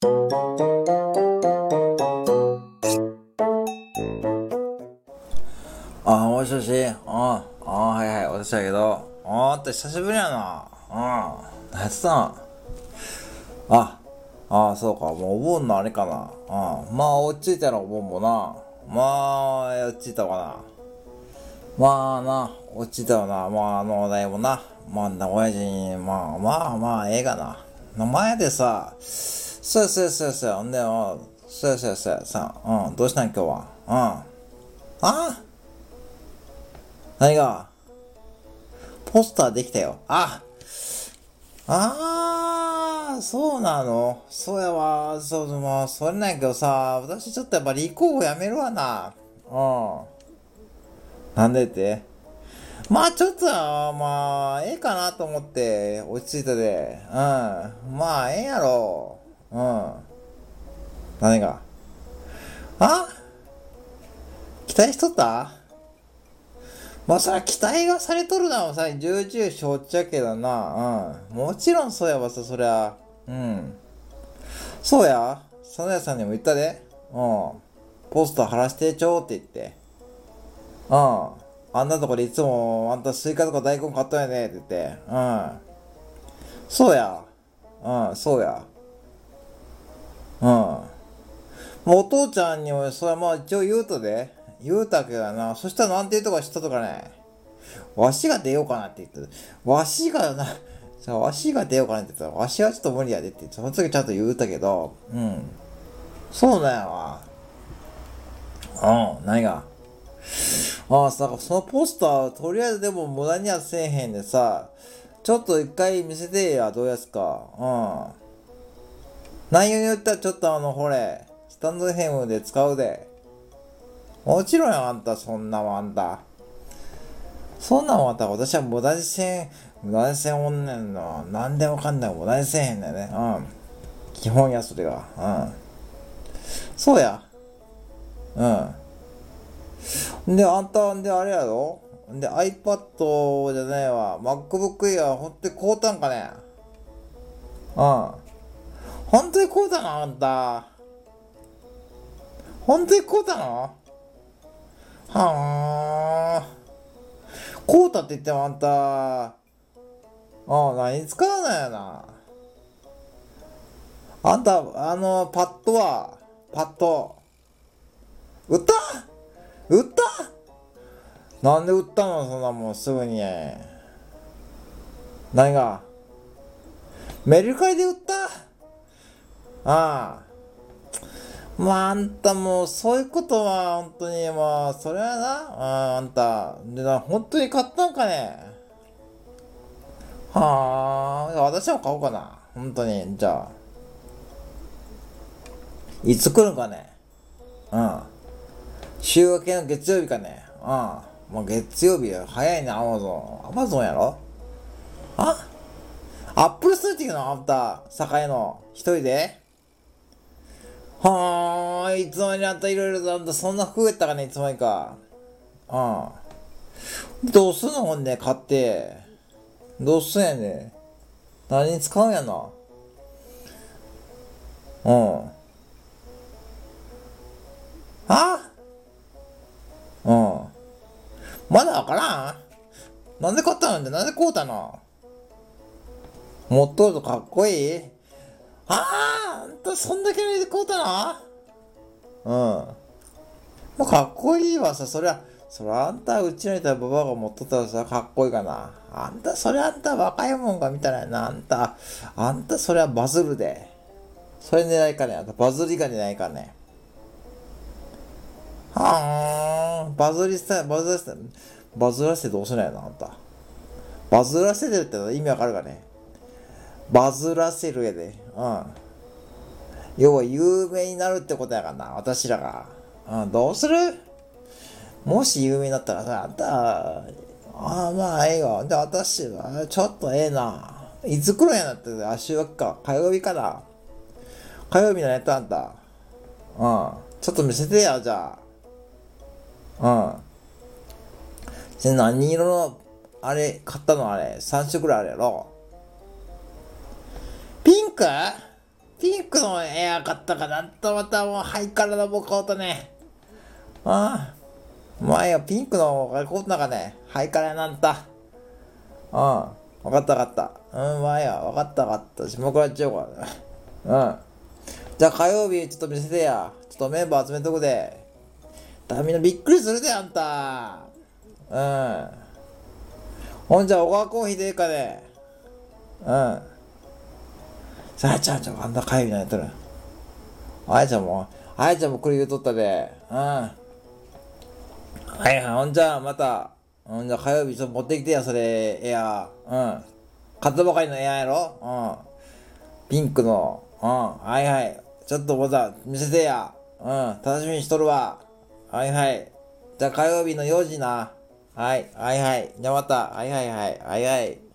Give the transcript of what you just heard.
もしもし、はいはい、私だけど、久しぶりやな。何やってたん？そうか、もうお盆のあれかな。まあ、落ち着いたらお盆もな。まあ、落ち着いたわな。まあな、落ち着いたわな。まあ、お題もな。まあ、親父に、ええがな。前でさ、そう、ほんで、どうしたん今日は。何がポスターできたよ。そうなの？そうやわ。まあ、それなんやけどさ、私ちょっとやっぱ立候補やめるわな。なんでって？まあちょっとええかなと思って、落ち着いたで。まあええやろ。何が？あ期待しとった？まあそりゃ期待がされとるなはさ、重々承知やけどな。もちろんそうやわさ、そりゃ。そうや。サナヤさんにも言ったで。ポスター貼らしてちょーって言って。あんなとこでいつもあんたスイカとか大根買ったよねって言って。そうや。そうや。もうお父ちゃんにもそれはまあ一応言うとで。言うたけどな。そしたらなんて言うとかしたとかね。わしが出ようかなって言って。わしが出ようかなって言ったら、わしはちょっと無理やでって言って、その時ちゃんと言うたけど、そうだよわ。何が？そのポスター、とりあえずでも無駄にはせえへんでさ、ちょっと一回見せてや、どうやすか。内容によってはちょっとほれ、スタンドヘムで使うで。もちろんや、あんた、そんなもんあんた。そんなんあんた、私は無駄にせんおんねんの。なんでもかんでも無駄にせえへんだよね。基本や、それが。そうや。で、あんた、あれやろで、iPad じゃないわ。MacBook Air、ほんとに買うたんかね？本当に買うたのあんた。本当に買うたの？は買うたって言ってもあんた、何使わないよな。あんた、パッドは、パッド。売った売ったなんで売ったのそんなもんすぐに。何が？メルカリで売った？まあ、あんたもう、そういうことは、本当に、まあ、それはな、あんた、本当に買ったんかね？私も買おうかな。本当に、じゃあ、いつ来るんかね？うん。週明けの月曜日かね？もう月曜日や。早いね、アマゾン。アマゾンやろ？あアップルストアっていうのあんた、栄の、一人で？いつの間にあんたいろいろとあんたそんな増えたかね、いつの間にか。どうすんのほんで、買って。どうすんやねん。何に使うんやな。うん。あうん。まだわからん？なんで買ったのってなんで買うたの？持っとるとかっこいい？あんたそんだけで買うたの？もうかっこいいわさ、そりゃあんたうちのいたババアが持っとったらさ、かっこいいかな。あんた若いもんが見たらやな、あんたそれはバズるで。それ狙いかね、あんたバズりが狙いかね。バズらせてどうすないのあんた。バズらせてるってのは意味わかるかね？バズらせるやで。要は有名になるってことやからな、私らが。どうする？もし有名になったらさ、あんた、まあええよ。で、私は、ちょっとええな。いつ来るんやなって、週明けか。火曜日かな。火曜日のやったあんた。ちょっと見せてや、じゃあ。何色の、あれ、買ったのあれ。3色ぐらいあるやろ。ピンク？ ピンクのエア買ったかなんとまたもうハイカラなボコートね。ああ。前よ、ピンクのコートなんかね、ハイカラなんた。うん。わかったわかった。うん、前や、わかったわかった。下倉やっちゃおうかな。うん。じゃあ火曜日ちょっと見せてや。ちょっとメンバー集めとくで。みんなびっくりするで、あんた。うん。ほんじゃ、小川コーヒーでええかね。うん。さあちゃん、あんな火曜日何やっとる。あやちゃんもこれ言うとったで。うん。はいはい、ほんじゃ、また。ほんじゃ、火曜日ちょっと持ってきてや、それ、エアー。うん。買ったばかりのエアーやろ。うん。ピンクの。うん。はいはい。ちょっとまた見せてや。うん。楽しみにしとるわ。はいはい。じゃあ火曜日の4時な。はい。はいはい。じゃあまた。はいはいはい。はいはい。